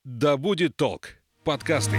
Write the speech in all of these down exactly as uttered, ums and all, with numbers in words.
Да будет толк. Подкасты.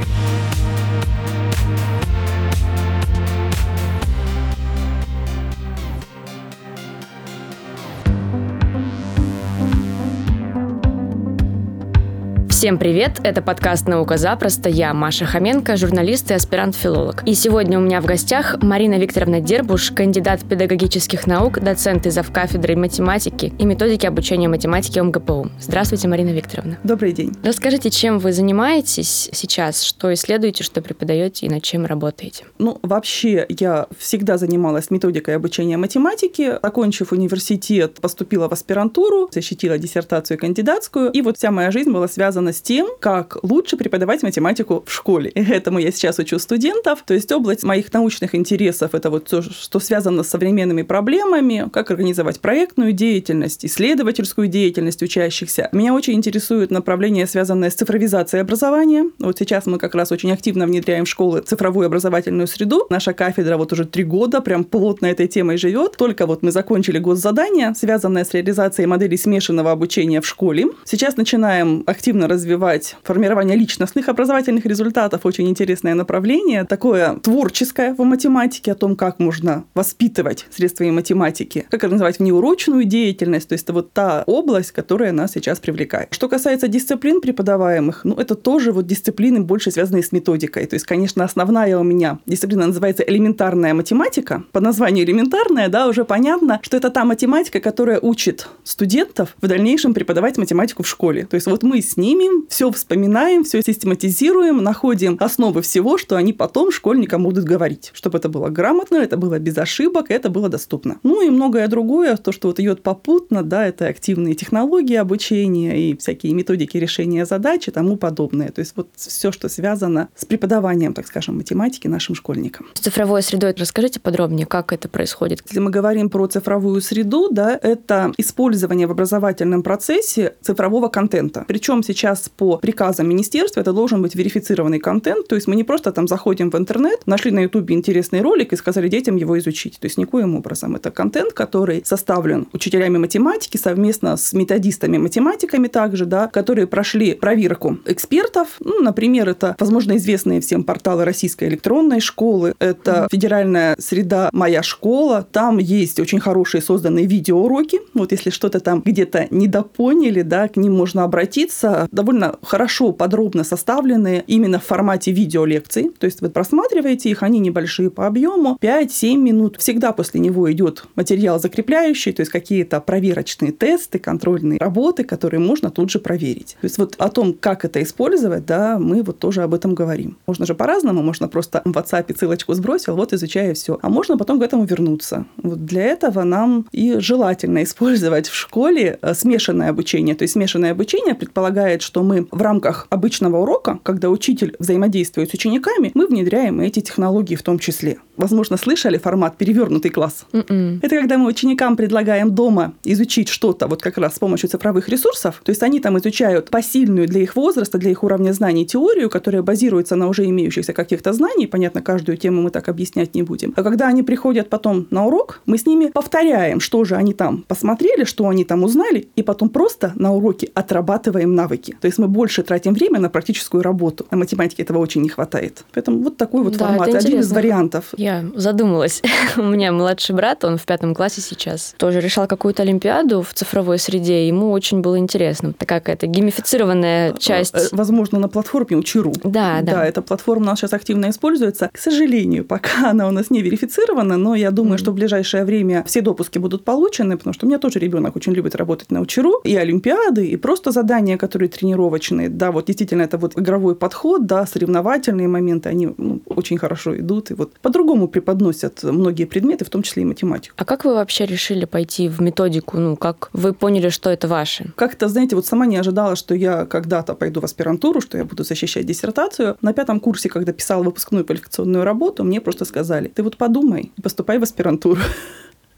Всем привет! Это подкаст «Наука запросто». Я Маша Хоменко, журналист и аспирант-филолог. И сегодня у меня в гостях Марина Викторовна Дербуш, кандидат педагогических наук, доцент и завкафедрой математики и методики обучения математики МГПУ. Здравствуйте, Марина Викторовна. Добрый день. Расскажите, чем вы занимаетесь сейчас, что исследуете, что преподаете и над чем работаете? Ну, вообще, я всегда занималась методикой обучения математики. Окончив университет, поступила в аспирантуру, защитила диссертацию кандидатскую. И вот вся моя жизнь была связана с тем, как лучше преподавать математику в школе. И этому я сейчас учу студентов. То есть область моих научных интересов – это вот то, что связано с современными проблемами, как организовать проектную деятельность, исследовательскую деятельность учащихся. Меня очень интересует направление, связанное с цифровизацией образования. Вот сейчас мы как раз очень активно внедряем в школы цифровую образовательную среду. Наша кафедра вот уже три года прям плотно этой темой живет. Только вот мы закончили госзадание, связанное с реализацией модели смешанного обучения в школе. Сейчас начинаем активно развивать формирование личностных образовательных результатов. Очень интересное направление, такое творческое в математике, о том, как можно воспитывать средствами математики, как организовать внеурочную деятельность. То есть это вот та область, которая нас сейчас привлекает. Что касается дисциплин преподаваемых, ну это тоже вот дисциплины, больше связанные с методикой. То есть, конечно, основная у меня дисциплина называется элементарная математика. По названию элементарная, да, уже понятно, что это та математика, которая учит студентов в дальнейшем преподавать математику в школе. То есть вот мы с ними все вспоминаем, все систематизируем, находим основы всего, что они потом школьникам будут говорить. Чтобы это было грамотно, это было без ошибок, это было доступно. Ну и многое другое, то, что вот идет попутно, да, это активные технологии обучения и всякие методики решения задач и тому подобное. То есть вот все, что связано с преподаванием, так скажем, математики нашим школьникам. С цифровой средой расскажите подробнее, как это происходит. Если мы говорим про цифровую среду, да, это использование в образовательном процессе цифрового контента. Причем сейчас по приказам министерства это должен быть верифицированный контент, то есть мы не просто там заходим в интернет, нашли на ютубе интересный ролик и сказали детям его изучить. То есть никоим образом. Это контент, который составлен учителями математики совместно с методистами-математиками также, да, которые прошли проверку экспертов. Ну, например, это, возможно, известные всем порталы Российской электронной школы, это федеральная среда «Моя школа». Там есть очень хорошие созданные видеоуроки. Вот если что-то там где-то недопоняли, да, к ним можно обратиться. Довольно хорошо, подробно составленные именно в формате видеолекций. То есть вы просматриваете их, они небольшие по объему, пять-семь минут. Всегда после него идет материал закрепляющий, то есть какие-то проверочные тесты, контрольные работы, которые можно тут же проверить. То есть вот о том, как это использовать, да, мы вот тоже об этом говорим. Можно же по-разному, можно просто в WhatsApp ссылочку сбросил, вот изучая все. А можно потом к этому вернуться. Вот для этого нам и желательно использовать в школе смешанное обучение. То есть смешанное обучение предполагает, что мы в рамках обычного урока, когда учитель взаимодействует с учениками, мы внедряем эти технологии в том числе. Возможно, слышали формат «перевернутый класс». Mm-mm. Это когда мы ученикам предлагаем дома изучить что-то вот как раз с помощью цифровых ресурсов. То есть они там изучают посильную для их возраста, для их уровня знаний теорию, которая базируется на уже имеющихся каких-то знаний. Понятно, каждую тему мы так объяснять не будем. А когда они приходят потом на урок, мы с ними повторяем, что же они там посмотрели, что они там узнали, и потом просто на уроке отрабатываем навыки. То есть мы больше тратим время на практическую работу. На математике этого очень не хватает. Поэтому вот такой вот да, формат. Один из вариантов. Я задумалась. У меня младший брат, он в пятом классе сейчас, тоже решал какую-то олимпиаду в цифровой среде. Ему очень было интересно. Такая какая-то геймифицированная часть. Возможно, на платформе Учиру. Да, да. Да, эта платформа у нас сейчас активно используется. К сожалению, пока она у нас не верифицирована, но я думаю, mm-hmm. что в ближайшее время все допуски будут получены, потому что у меня тоже ребенок очень любит работать на Учиру. И олимпиады, и просто задания, которые тренировочные. Да, вот действительно, это вот игровой подход, да, соревновательные моменты, они ну, очень хорошо идут. И вот по-другому преподносят многие предметы, в том числе и математику. А как вы вообще решили пойти в методику? Ну, как вы поняли, что это ваше? Как-то, знаете, вот сама не ожидала, что я когда-то пойду в аспирантуру, что я буду защищать диссертацию. На пятом курсе, когда писала выпускную квалификационную работу, мне просто сказали: ты вот подумай и поступай в аспирантуру.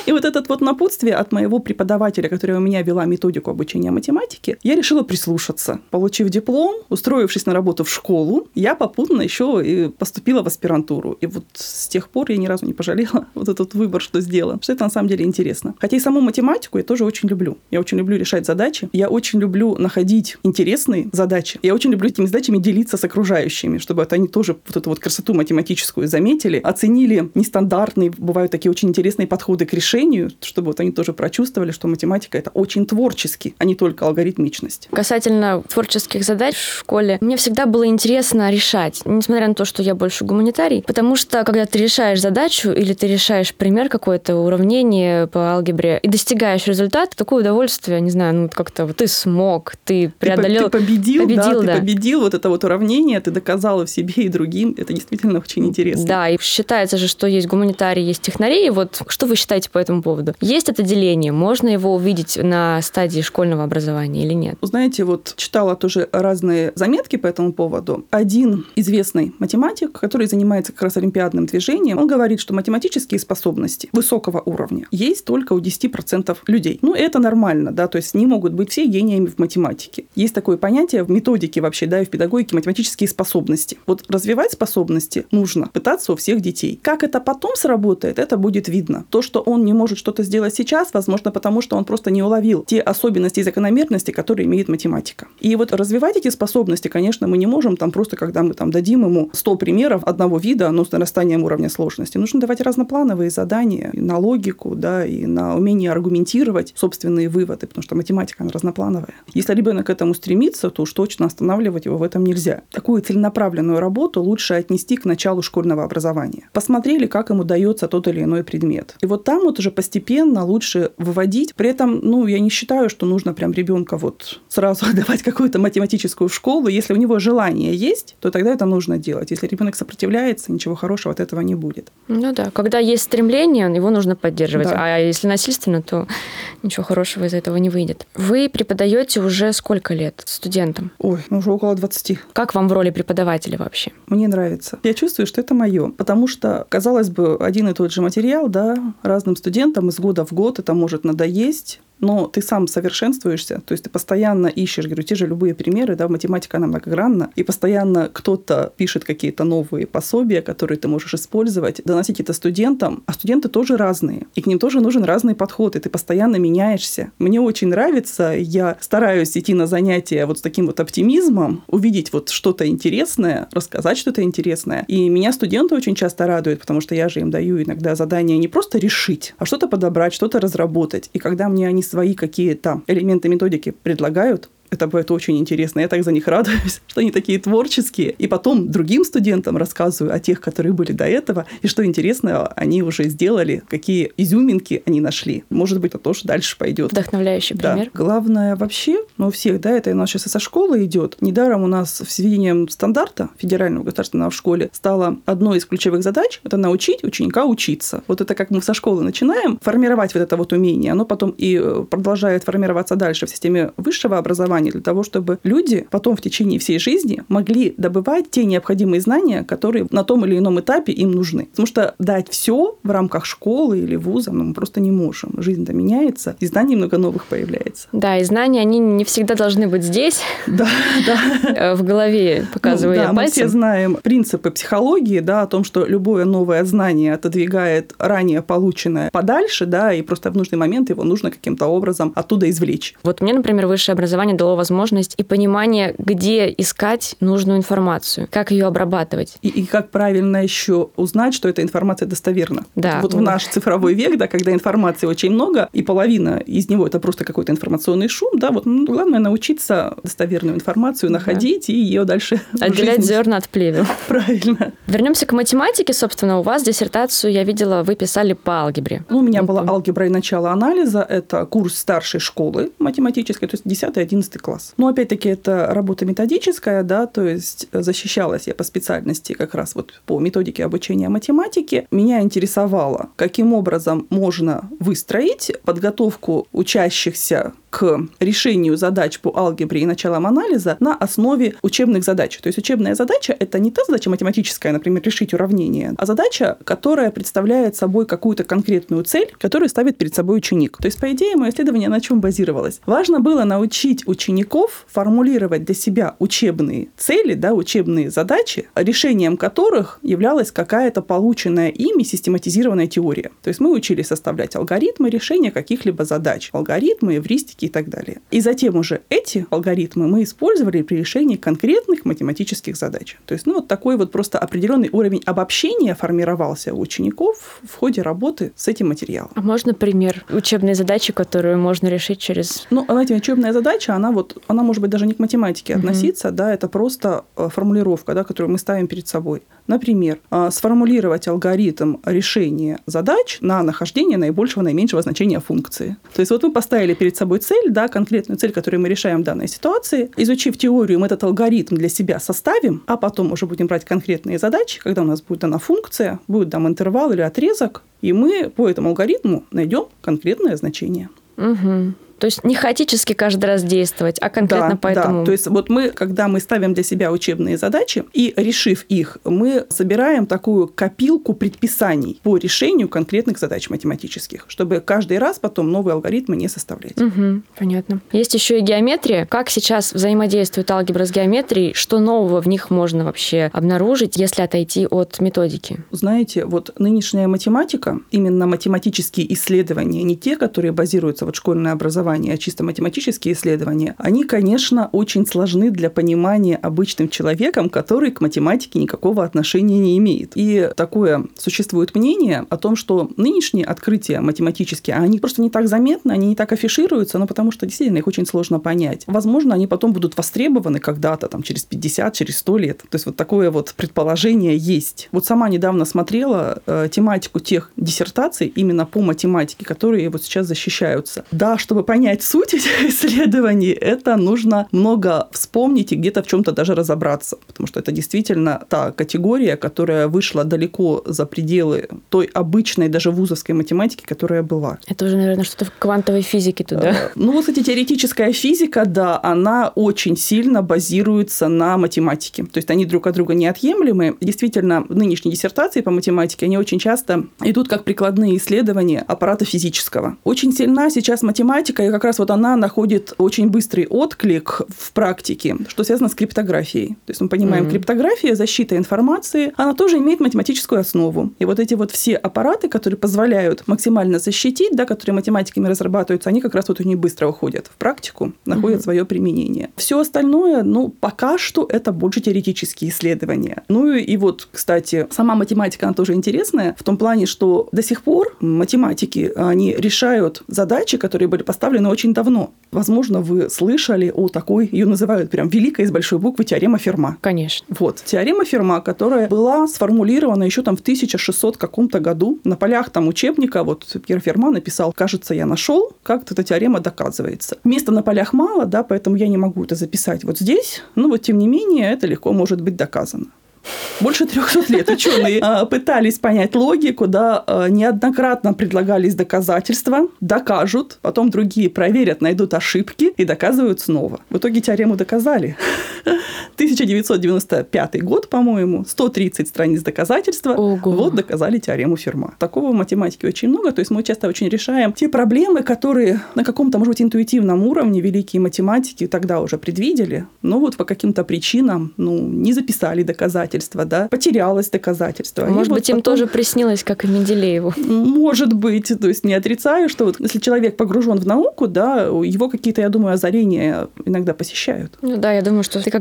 И вот это вот напутствие от моего преподавателя, которая у меня вела методику обучения математике, я решила прислушаться. Получив диплом, устроившись на работу в школу, я попутно еще и поступила в аспирантуру. И вот с тех пор я ни разу не пожалела вот этот выбор, что сделала. Что это на самом деле интересно. Хотя и саму математику я тоже очень люблю. Я очень люблю решать задачи. Я очень люблю находить интересные задачи. Я очень люблю этими задачами делиться с окружающими, чтобы это они тоже вот эту вот красоту математическую заметили, оценили нестандартные, бывают такие очень интересные подходы к решению, чтобы вот они тоже прочувствовали, что математика – это очень творчески, а не только алгоритмичность. Касательно творческих задач в школе, мне всегда было интересно решать, несмотря на то, что я больше гуманитарий, потому что, когда ты решаешь задачу или ты решаешь пример какое-то, уравнение по алгебре и достигаешь результат, такое удовольствие, не знаю, ну как-то вот ты смог, ты преодолел. Ты, ты победил, победил, да, да. ты победил вот это вот уравнение, ты доказала в себе и другим, это действительно очень интересно. Да, и считается же, что есть гуманитарии, есть технари, вот что вы считаете по этому поводу? Есть это деление, можно его увидеть на стадии школьного образования или нет? Знаете, вот читала тоже разные заметки по этому поводу. Один известный математик, который занимается как раз олимпиадным движением, он говорит, что математические способности высокого уровня есть только у десяти процентов людей. Ну, это нормально, да, то есть не могут быть все гениями в математике. Есть такое понятие в методике вообще, да, и в педагогике математические способности. Вот развивать способности нужно пытаться у всех детей. Как это потом сработает, это будет видно. То, что он не может что-то сделать сейчас, возможно, потому что он просто не уловил те особенности и закономерности, которые имеет математика. И вот развивать эти способности, конечно, мы не можем там просто, когда мы там дадим ему сто примеров одного вида, но с нарастанием уровня сложности. Нужно давать разноплановые задания и на логику, да, и на умение аргументировать собственные выводы, потому что математика, она разноплановая. Если ребенок к этому стремится, то уж точно останавливать его в этом нельзя. Такую целенаправленную работу лучше отнести к началу школьного образования. Посмотрели, как ему дается тот или иной предмет. И вот там вот уже постепенно лучше выводить. При этом, ну, я не считаю, что нужно прям ребенка вот сразу отдавать какую-то математическую школу. Если у него желание есть, то тогда это нужно делать. Если ребенок сопротивляется, ничего хорошего от этого не будет. Ну да, когда есть стремление, его нужно поддерживать. Да. А если насильственно, то ничего хорошего из этого не выйдет. Вы преподаете уже сколько лет студентам? Ой, ну уже около двадцати. Как вам в роли преподавателя вообще? Мне нравится. Я чувствую, что это мое. Потому что, казалось бы, один и тот же материал, да, разным студентам из года в год это может надоесть. Но ты сам совершенствуешься, то есть ты постоянно ищешь, говорю, те же любые примеры, да, математика, она многогранна, и постоянно кто-то пишет какие-то новые пособия, которые ты можешь использовать, доносить это студентам, а студенты тоже разные, и к ним тоже нужен разный подход, и ты постоянно меняешься. Мне очень нравится, я стараюсь идти на занятия вот с таким вот оптимизмом, увидеть вот что-то интересное, рассказать что-то интересное, и меня студенты очень часто радуют, потому что я же им даю иногда задания не просто решить, а что-то подобрать, что-то разработать, и когда мне они свои какие-то элементы методики предлагают, это будет очень интересно. Я так за них радуюсь, что они такие творческие. И потом другим студентам рассказываю о тех, которые были до этого, и что интересно они уже сделали, какие изюминки они нашли. Может быть, это тоже дальше пойдет. Вдохновляющий пример. Да. Главное вообще, ну, у всех, да, это у нас сейчас и со школы идет. Недаром у нас с введением стандарта федерального государственного в школе стало одной из ключевых задач – это научить ученика учиться. Вот это как мы со школы начинаем формировать вот это вот умение, оно потом и продолжает формироваться дальше в системе высшего образования, для того, чтобы люди потом в течение всей жизни могли добывать те необходимые знания, которые на том или ином этапе им нужны. Потому что дать все в рамках школы или вуза ну, мы просто не можем. Жизнь-то меняется, и знаний много новых появляется. Да, и знания, они не всегда должны быть здесь, да, да. в голове, показывая ну, да, пальцем. Мы все знаем принципы психологии, да, о том, что любое новое знание отодвигает ранее полученное подальше, да, и просто в нужный момент его нужно каким-то образом оттуда извлечь. Вот мне, например, высшее образование дало возможность и понимание, где искать нужную информацию, как ее обрабатывать. И, и как правильно еще узнать, что эта информация достоверна. Да. Вот в наш цифровой век, да, когда информации очень много, и половина из него это просто какой-то информационный шум, да, вот ну, главное научиться достоверную информацию находить да. и ее дальше отделять зерна от плевел. Правильно. Вернемся к математике. Собственно, у вас диссертацию, я видела, вы писали по алгебре. Ну, у меня была алгебра и начало анализа. Это курс старшей школы математической, то есть десятый-одиннадцатый одиннадцатый класс. Но опять-таки это работа методическая, да, то есть защищалась я по специальности как раз вот по методике обучения математике. Меня интересовало, каким образом можно выстроить подготовку учащихся к решению задач по алгебре и началам анализа на основе учебных задач. То есть учебная задача – это не та задача математическая, например, решить уравнение, а задача, которая представляет собой какую-то конкретную цель, которую ставит перед собой ученик. То есть, по идее, мое исследование на чем базировалось? Важно было научить учеников формулировать для себя учебные цели, да, учебные задачи, решением которых являлась какая-то полученная ими систематизированная теория. То есть мы учили составлять алгоритмы решения каких-либо задач, алгоритмы, эвристики и так далее. И затем уже эти алгоритмы мы использовали при решении конкретных математических задач. То есть, ну, вот такой вот просто определенный уровень обобщения формировался у учеников в ходе работы с этим материалом. А можно пример учебной задачи, которую можно решить через... Ну, знаете, учебная задача, она вот, она может быть даже не к математике mm-hmm. относиться, да, это просто формулировка, да, которую мы ставим перед собой. Например, сформулировать алгоритм решения задач на нахождение наибольшего, наименьшего значения функции. То есть вот мы поставили перед собой цель, да, конкретную цель, которую мы решаем в данной ситуации. Изучив теорию, мы этот алгоритм для себя составим, а потом уже будем брать конкретные задачи, когда у нас будет дана функция, будет там интервал или отрезок, и мы по этому алгоритму найдем конкретное значение. Угу. То есть не хаотически каждый раз действовать, а конкретно да, по этому. Да, то есть вот мы, когда мы ставим для себя учебные задачи, и решив их, мы собираем такую копилку предписаний по решению конкретных задач математических, чтобы каждый раз потом новые алгоритмы не составлять. Угу, понятно. Есть еще и геометрия. Как сейчас взаимодействует алгебра с геометрией? Что нового в них можно вообще обнаружить, если отойти от методики? Знаете, вот нынешняя математика, именно математические исследования, не те, которые базируются вот школьное образование, а чисто математические исследования, они, конечно, очень сложны для понимания обычным человеком, который к математике никакого отношения не имеет. И такое существует мнение о том, что нынешние открытия математические, они просто не так заметны, они не так афишируются, но потому что действительно их очень сложно понять. Возможно, они потом будут востребованы когда-то, там, через пятьдесят, через сто лет. То есть вот такое вот предположение есть. Вот сама недавно смотрела э, тематику тех диссертаций именно по математике, которые вот сейчас защищаются. Да, чтобы понять понять суть этих исследований, это нужно много вспомнить и где-то в чем-то даже разобраться, потому что это действительно та категория, которая вышла далеко за пределы той обычной даже вузовской математики, которая была. Это уже, наверное, что-то в квантовой физике туда. Ну, вот, кстати, теоретическая физика, да, она очень сильно базируется на математике. То есть они друг от друга неотъемлемы. Действительно, нынешние диссертации по математике, они очень часто идут как прикладные исследования аппарата физического. Очень сильна сейчас математика, и как раз вот она находит очень быстрый отклик в практике, что связано с криптографией. То есть мы понимаем, mm-hmm. криптография, защита информации, она тоже имеет математическую основу. И вот эти вот все аппараты, которые позволяют максимально защитить, да, которые математиками разрабатываются, они как раз вот очень быстро уходят в практику, находят mm-hmm. свое применение. Все остальное, ну, пока что это больше теоретические исследования. Ну и вот, кстати, сама математика, она тоже интересная в том плане, что до сих пор математики, они решают задачи, которые были поставлены очень давно. Возможно, вы слышали о такой, ее называют прям великой из большой буквы теорема Ферма. Конечно. Вот. Теорема Ферма, которая была сформулирована еще там в тысяча шестисотом каком-то году. На полях там учебника вот Пьер Ферма написал: «Кажется, я нашел, как эта теорема доказывается». Места на полях мало, да, поэтому я не могу это записать вот здесь. Но вот тем не менее это легко может быть доказано. Больше трехсот лет ученые пытались понять логику, да, неоднократно предлагались доказательства, докажут, потом другие проверят, найдут ошибки и доказывают снова. В итоге теорему доказали. тысяча девятьсот девяносто пятый год, по-моему, сто тридцать страниц доказательства. Ого. Вот доказали теорему Ферма. Такого в математике очень много, то есть мы часто очень решаем те проблемы, которые на каком-то, может быть, интуитивном уровне великие математики тогда уже предвидели, но вот по каким-то причинам, ну, не записали доказательства, да, потерялось доказательство. Может и быть, вот им потом... тоже приснилось, как и Менделееву. Может быть, то есть не отрицаю, что вот если человек погружен в науку, да, его какие-то, я думаю, озарения иногда посещают. Ну да, я думаю, что ты когда много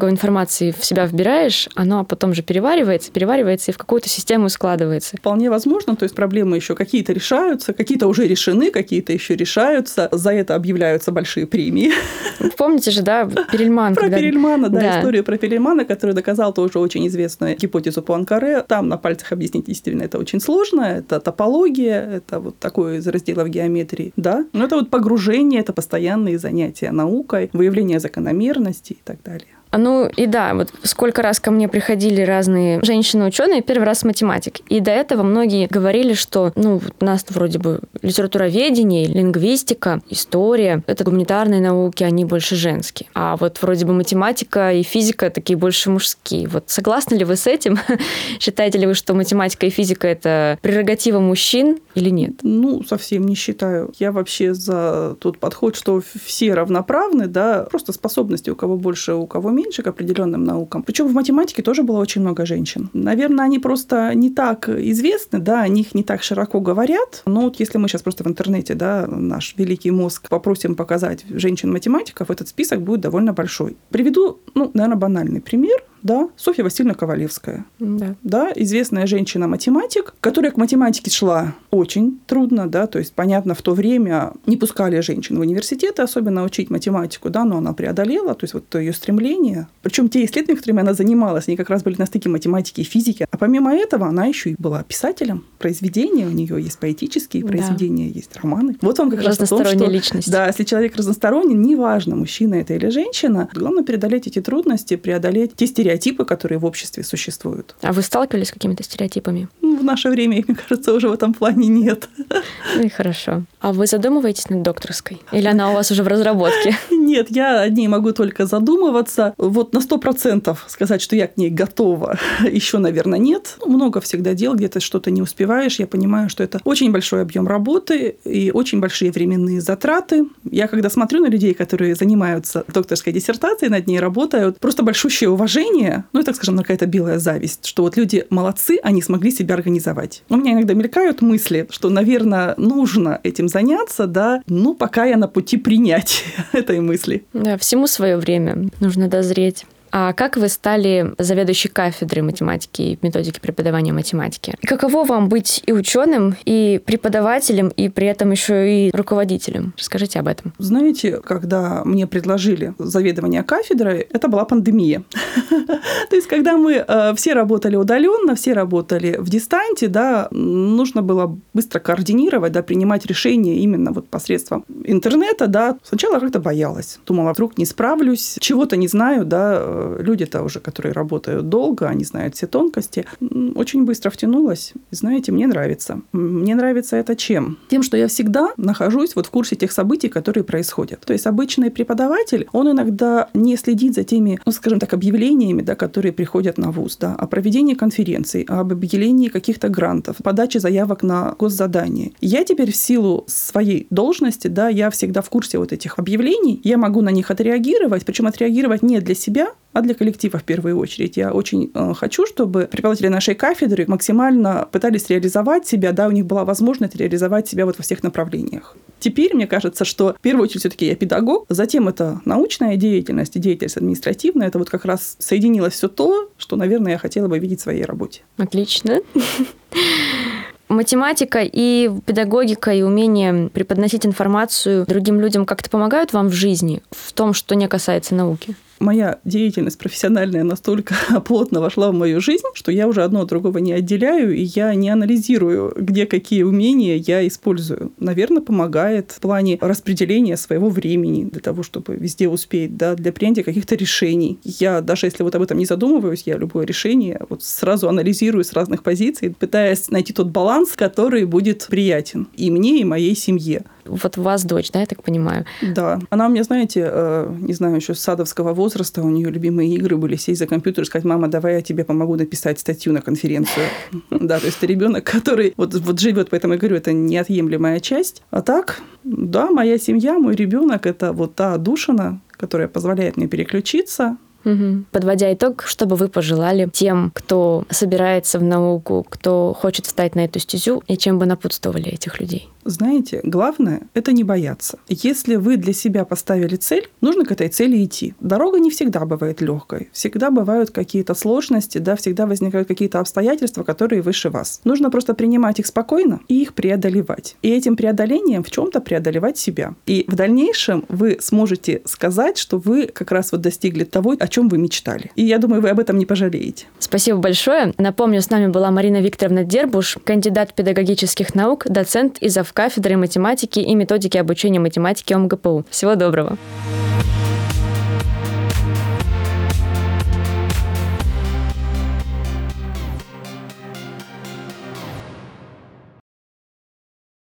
информации в себя вбираешь, оно потом же переваривается, переваривается и в какую-то систему складывается. Вполне возможно, то есть проблемы еще какие-то решаются, какие-то уже решены, какие-то еще решаются, за это объявляются большие премии. Помните же, да, Перельман? Про когда... Перельмана, да, да, историю про Перельмана, который доказал тоже очень известную гипотезу Пуанкаре. Там на пальцах объяснить действительно это очень сложно, это топология, это вот такое из разделов геометрии, да. Но это вот погружение, это постоянные занятия наукой, выявление закономерностей и так далее. Ну и да, вот сколько раз ко мне приходили разные женщины-ученые, первый раз математик. И до этого многие говорили, что ну, у нас вроде бы литературоведение, лингвистика, история, это гуманитарные науки, они больше женские. А вот вроде бы математика и физика такие больше мужские. Вот согласны ли вы с этим? Считаете ли вы, что математика и физика – это прерогатива мужчин или нет? Ну, совсем не считаю. Я вообще за тот подход, что все равноправны, да, просто способности у кого больше, у кого меньше. меньше к определенным наукам. Причем в математике тоже было очень много женщин. Наверное, они просто не так известны, да, о них не так широко говорят. Но вот если мы сейчас просто в интернете, да, наш великий мозг попросим показать женщин-математиков, этот список будет довольно большой. Приведу, ну, наверное, банальный пример. Да, Софья Васильевна Ковалевская. Да. Да, известная женщина-математик, которая к математике шла очень трудно, да, то есть, понятно, в то время не пускали женщин в университеты, особенно учить математику, да, но она преодолела, то есть, вот ее стремление. Причем те исследования, которыми она занималась, они как раз были на стыке математики и физики. А помимо этого, она еще и была писателем. Произведения у нее есть поэтические, произведения да. есть романы. Вот вам как раз о том, что... личность. Да, если человек разносторонний, неважно, мужчина это или женщина, главное преодолеть эти трудности, преодолеть те стереотипы, стереотипы, которые в обществе существуют. А вы сталкивались с какими-то стереотипами? Ну, в наше время их, мне кажется, уже в этом плане нет. Ну и хорошо. А вы задумываетесь над докторской? Или она у вас уже в разработке? Нет, я о ней могу только задумываться. Вот на сто процентов сказать, что я к ней готова, еще, наверное, нет. Много всегда дел, где-то что-то не успеваешь. Я понимаю, что это очень большой объем работы и очень большие временные затраты. Я когда смотрю на людей, которые занимаются докторской диссертацией, над ней работают, просто большущее уважение, ну, и, так скажем, какая-то белая зависть, что вот люди молодцы, они смогли себя организовать. У меня иногда мелькают мысли, что, наверное, нужно этим заняться, да, ну, пока я на пути принятия этой мысли. Да, всему свое время. Нужно дозреть. А как вы стали заведующей кафедрой математики и методики преподавания математики? И каково вам быть и ученым, и преподавателем, и при этом еще и руководителем? Расскажите об этом. Знаете, когда мне предложили заведование кафедрой, это была пандемия. То есть, когда мы все работали удаленно, все работали в дистанте, да, нужно было быстро координировать, да, принимать решения именно вот посредством интернета, да. Сначала я как-то боялась. Думала, вдруг не справлюсь, чего-то не знаю, да. Люди-то уже, которые работают долго, они знают все тонкости. Очень быстро втянулась. И знаете, мне нравится. Мне нравится это чем? Тем, что я всегда нахожусь вот в курсе тех событий, которые происходят. То есть обычный преподаватель, он иногда не следит за теми, ну, скажем так, объявлениями, да, которые приходят на вуз, да, о проведении конференций, об объявлении каких-то грантов, подаче заявок на госзадания. Я теперь в силу своей должности, да, я всегда в курсе вот этих объявлений, я могу на них отреагировать, причем отреагировать не для себя, а для коллектива в первую очередь. Я очень э, хочу, чтобы преподаватели нашей кафедры максимально пытались реализовать себя, да, у них была возможность реализовать себя вот во всех направлениях. Теперь мне кажется, что в первую очередь все-таки я педагог, затем это научная деятельность и деятельность административная. Это вот как раз соединилось все то, что, наверное, я хотела бы видеть в своей работе. Отлично. Математика и педагогика, и умение преподносить информацию другим людям как-то помогают вам в жизни, в том, что не касается науки? Моя деятельность профессиональная настолько плотно вошла в мою жизнь, что я уже одно от другого не отделяю, и я не анализирую, где какие умения я использую. Наверное, помогает в плане распределения своего времени для того, чтобы везде успеть, да, для принятия каких-то решений. Я даже если вот об этом не задумываюсь, я любое решение вот сразу анализирую с разных позиций, пытаясь найти тот баланс, который будет приятен и мне, и моей семье. Вот у вас дочь, да, я так понимаю? Да. Она у меня, знаете, не знаю, еще с садовского возраста, у нее любимые игры были сесть за компьютер и сказать: мама, давай я тебе помогу написать статью на конференцию. Да, то есть это ребенок, который вот, вот живет, поэтому я говорю, это неотъемлемая часть. А так, да, моя семья, мой ребенок, это вот та отдушина, которая позволяет мне переключиться. Угу. Подводя итог, что бы вы пожелали тем, кто собирается в науку, кто хочет встать на эту стезю, и чем бы напутствовали этих людей? Знаете, главное – это не бояться. Если вы для себя поставили цель, нужно к этой цели идти. Дорога не всегда бывает легкой. Всегда бывают какие-то сложности, да, всегда возникают какие-то обстоятельства, которые выше вас. Нужно просто принимать их спокойно и их преодолевать. И этим преодолением в чем-то преодолевать себя. И в дальнейшем вы сможете сказать, что вы как раз вот достигли того, о чем вы мечтали. И я думаю, вы об этом не пожалеете. Спасибо большое. Напомню, с нами была Марина Викторовна Дербуш, кандидат педагогических наук, доцент и завкафедры математики и методики обучения математики ОМГПУ. Всего доброго.